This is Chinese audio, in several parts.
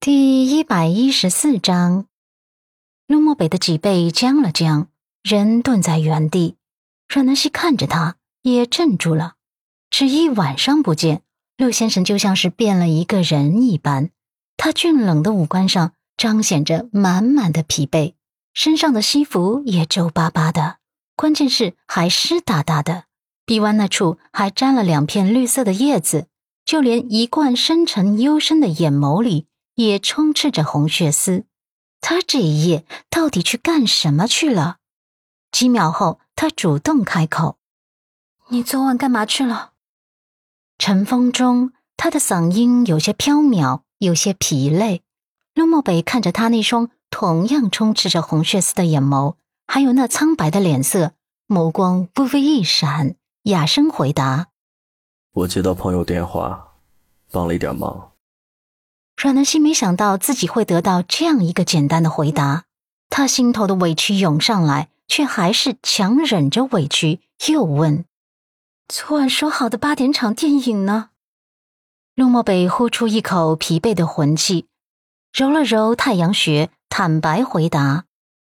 第114章，陆漠北的脊背僵了僵，人顿在原地。阮南希看着他，也怔住了。只一晚上不见，陆先生就像是变了一个人一般。他俊冷的五官上彰显着满满的疲惫，身上的西服也皱巴巴的，关键是还湿哒哒的，臂弯那处还沾了2片绿色的叶子，就连一贯深沉幽深的眼眸里也充斥着红血丝。他这一夜到底去干什么去了？几秒后，他主动开口：“你昨晚干嘛去了？”晨风中，他的嗓音有些飘渺，有些疲累。陆漠北看着他那双同样充斥着红血丝的眼眸，还有那苍白的脸色，眸光微微一闪，哑声回答：“ 我接到朋友电话，帮了一点忙。” 阮南希没想到自己会得到这样一个简单的回答，他心头的委屈涌上来，却还是强忍着委屈，又问：“昨晚说好的8点场电影呢？”陆漠北呼出一口疲惫的魂气，揉了揉太阳穴，坦白回答：“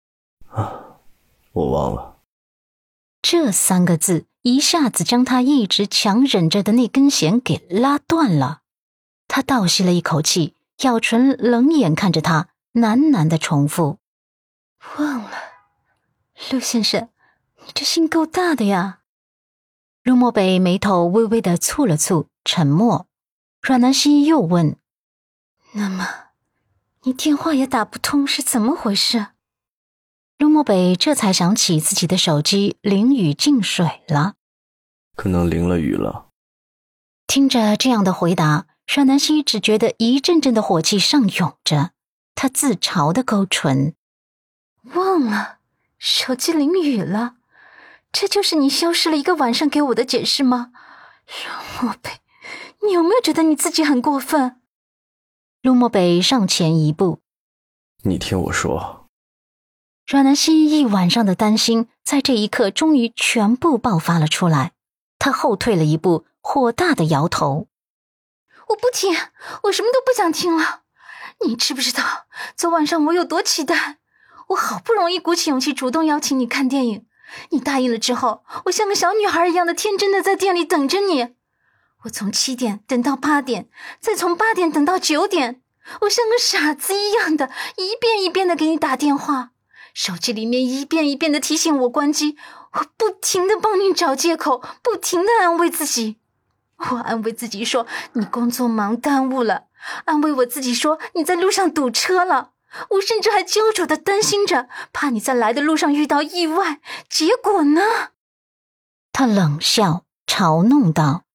我忘了。” 这3个字一下子将他一直强忍着的那根弦给拉断了。他倒吸了一口气，咬唇冷眼看着他，喃喃地重复：“忘了。陆先生，你这心够大的呀。”陆漠北眉头微微地蹙了蹙，沉默。阮南希又问：“那么你电话也打不通是怎么回事？”陆漠北这才想起自己的手机淋雨进水了， 可能淋了雨了。 听着这样的回答，阮南希只觉得一阵阵的火气上涌着，她自嘲地勾唇：“忘了，手机淋雨了，这就是你消失了1个晚上给我的解释吗？陆漠北，你有没有觉得你自己很过分？”陆漠北上前一步：“ 你听我说。” 阮南希一晚上的担心在这一刻终于全部爆发了出来，她后退了一步，火大地摇头：“我不听，我什么都不想听了。你知不知道昨晚上我有多期待？我好不容易鼓起勇气主动邀请你看电影，你答应了之后，我像个小女孩一样的天真的在店里等着你。我从7点等到8点，再从8点等到9点，我像个傻子一样的一遍一遍的给你打电话，手机里面一遍一遍的提醒我关机，我不停的帮你找借口，不停的安慰自己。我安慰自己说你工作忙耽误了，安慰我自己说你在路上堵车了，我甚至还焦灼的担心着，怕你在来的路上遇到意外。结果呢？他冷笑嘲弄道：“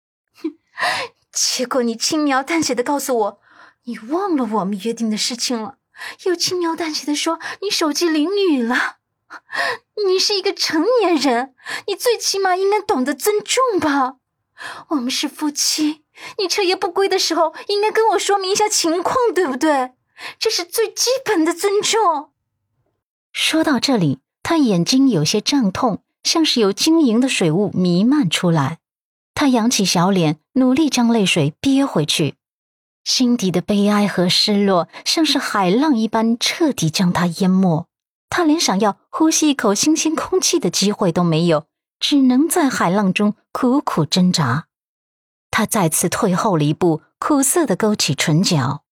结果你轻描淡写的告诉我，你忘了我们约定的事情了，又轻描淡写的说你手机淋雨了。你是一个成年人，你最起码应该懂得尊重吧？我们是夫妻，你彻夜不归的时候应该跟我说明一下情况，对不对？这是最基本的尊重。”说到这里，他眼睛有些胀痛，像是有晶莹的水雾弥漫出来。他扬起小脸，努力将泪水憋回去，心底的悲哀和失落像是海浪一般彻底将他淹没。他连想要呼吸一口新鲜空气的机会都没有，只能在海浪中苦苦挣扎。他再次退后了一步，苦涩地勾起唇角：“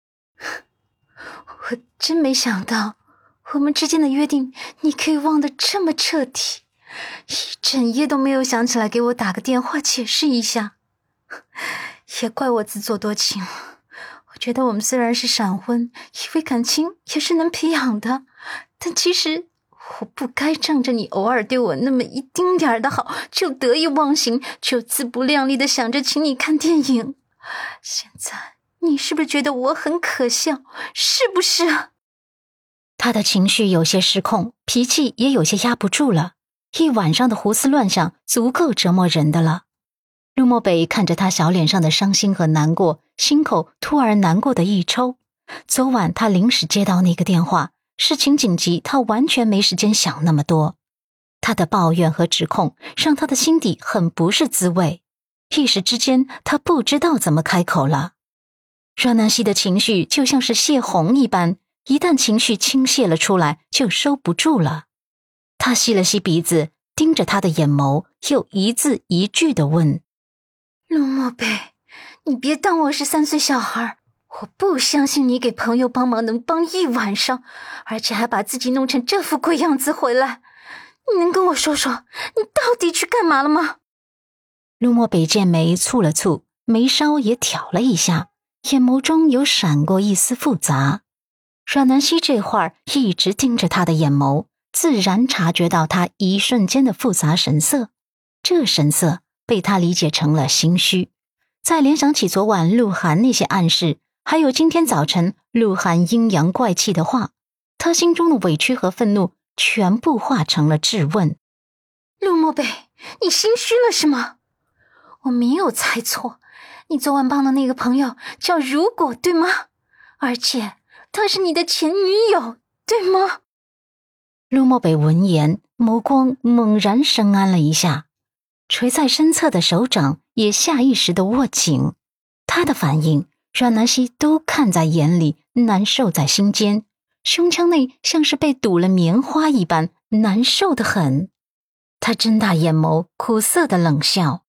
我真没想到我们之间的约定你可以忘得这么彻底，一整夜都没有想起来给我打个电话解释一下。也怪我自作多情，我觉得我们虽然是闪婚，以为感情也是能培养的，但其实我不该仗着你偶尔对我那么一丁点儿的好就得意忘形，就自不量力的想着请你看电影。现在你是不是觉得我很可笑？是不是？”他的情绪有些失控，脾气也有些压不住了，一晚上的胡思乱想足够折磨人的了。陆漠北看着他小脸上的伤心和难过，心口突然难过的一抽。昨晚他临时接到那个电话，事情紧急，他完全没时间想那么多。他的抱怨和指控让他的心底很不是滋味，一时之间他不知道怎么开口了。 阮南希的情绪就像是泄洪一般，一旦情绪倾泻了出来，就收不住了。他吸了吸鼻子，盯着他的眼眸，又一字一句地问： 陆漠北，你别当我是3岁小孩，我不相信你给朋友帮忙能帮一晚上，而且还把自己弄成这副鬼样子回来。你能跟我说说，你到底去干嘛了吗？ 陆漠北剑眉蹙了蹙，眉梢也挑了一下，眼眸中有闪过一丝复杂。阮南希这会儿一直盯着他的眼眸，自然察觉到他一瞬间的复杂神色，这神色被他理解成了心虚。再联想起昨晚鹿晗那些暗示，还有今天早晨鹿晗阴阳怪气的话，他心中的委屈和愤怒全部化成了质问。 陆漠北，你心虚了是吗？我没有猜错，你昨晚帮的那个朋友叫如果，对吗？而且她是你的前女友，对吗？ 陆漠北闻言，眸光猛然深谙了一下，垂在身侧的手掌也下意识地握紧。他的反应阮南希都看在眼里，难受在心间，胸腔内像是被堵了棉花一般，难受得很。他睁大眼眸，苦涩的冷笑：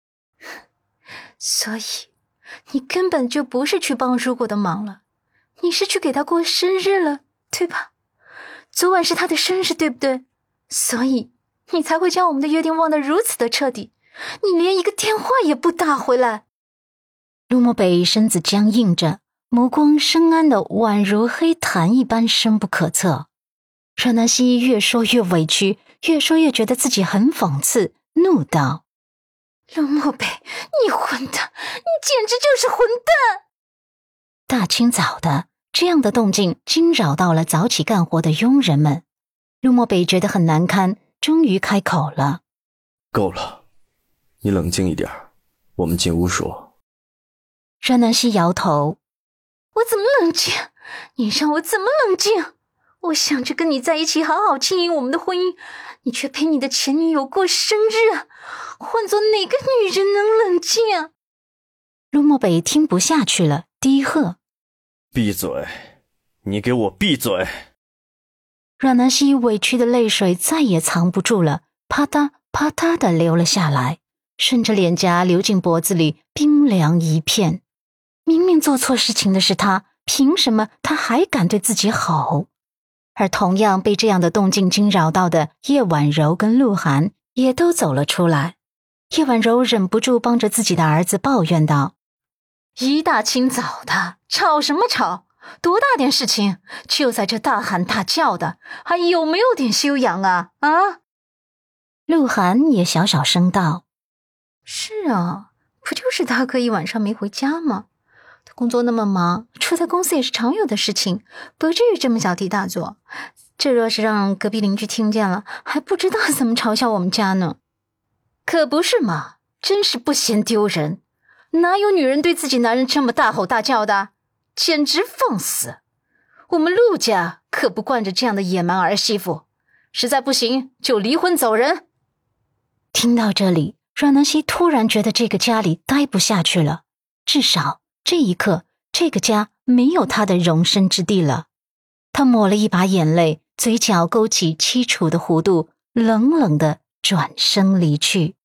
所以你根本就不是去帮如果的忙了，你是去给他过生日了，对吧？昨晚是他的生日，对不对？所以你才会将我们的约定忘得如此的彻底，你连一个电话也不打回来。 陆漠北身子僵硬着，眸光深谙的宛如黑潭一般深不可测。阮南希越说越委屈，越说越觉得自己很讽刺，怒道： 陆漠北，你混蛋，你简直就是混蛋！ 大清早的，这样的动静惊扰到了早起干活的佣人们。陆漠北觉得很难堪，终于开口了： 够了，你冷静一点，我们进屋说。 阮南希摇头： 我怎么冷静？你让我怎么冷静？我想着跟你在一起好好经营我们的婚姻，你却陪你的前女友过生日，换做哪个女人能冷静？ 陆漠北听不下去了，低喝： 闭嘴，你给我闭嘴！ 阮南希委屈的泪水再也藏不住了，啪嗒啪嗒地流了下来，顺着脸颊流进脖子里，冰凉一片。明明做错事情的是他，凭什么他还敢对自己吼？而同样被这样的动静惊扰到的叶婉柔跟鹿晗也都走了出来。叶婉柔忍不住帮着自己的儿子抱怨道： 一大清早的，吵什么吵？多大点事情，就在这大喊大叫的，还有没有点修养啊？啊！ 鹿晗也小小声道： 是啊，不就是他哥一晚上没回家吗？他工作那么忙，出在公司也是常有的事情，不至于这么小题大做。这若是让隔壁邻居听见了，还不知道怎么嘲笑我们家呢。可不是嘛，真是不嫌丢人。哪有女人对自己男人这么大吼大叫的？简直放肆！我们陆家可不惯着这样的野蛮儿媳妇，实在不行就离婚走人。 听到这里，阮南希突然觉得这个家里待不下去了，至少这一刻，这个家没有她的容身之地了。她抹了一把眼泪，嘴角勾起凄楚的弧度，冷冷地转身离去。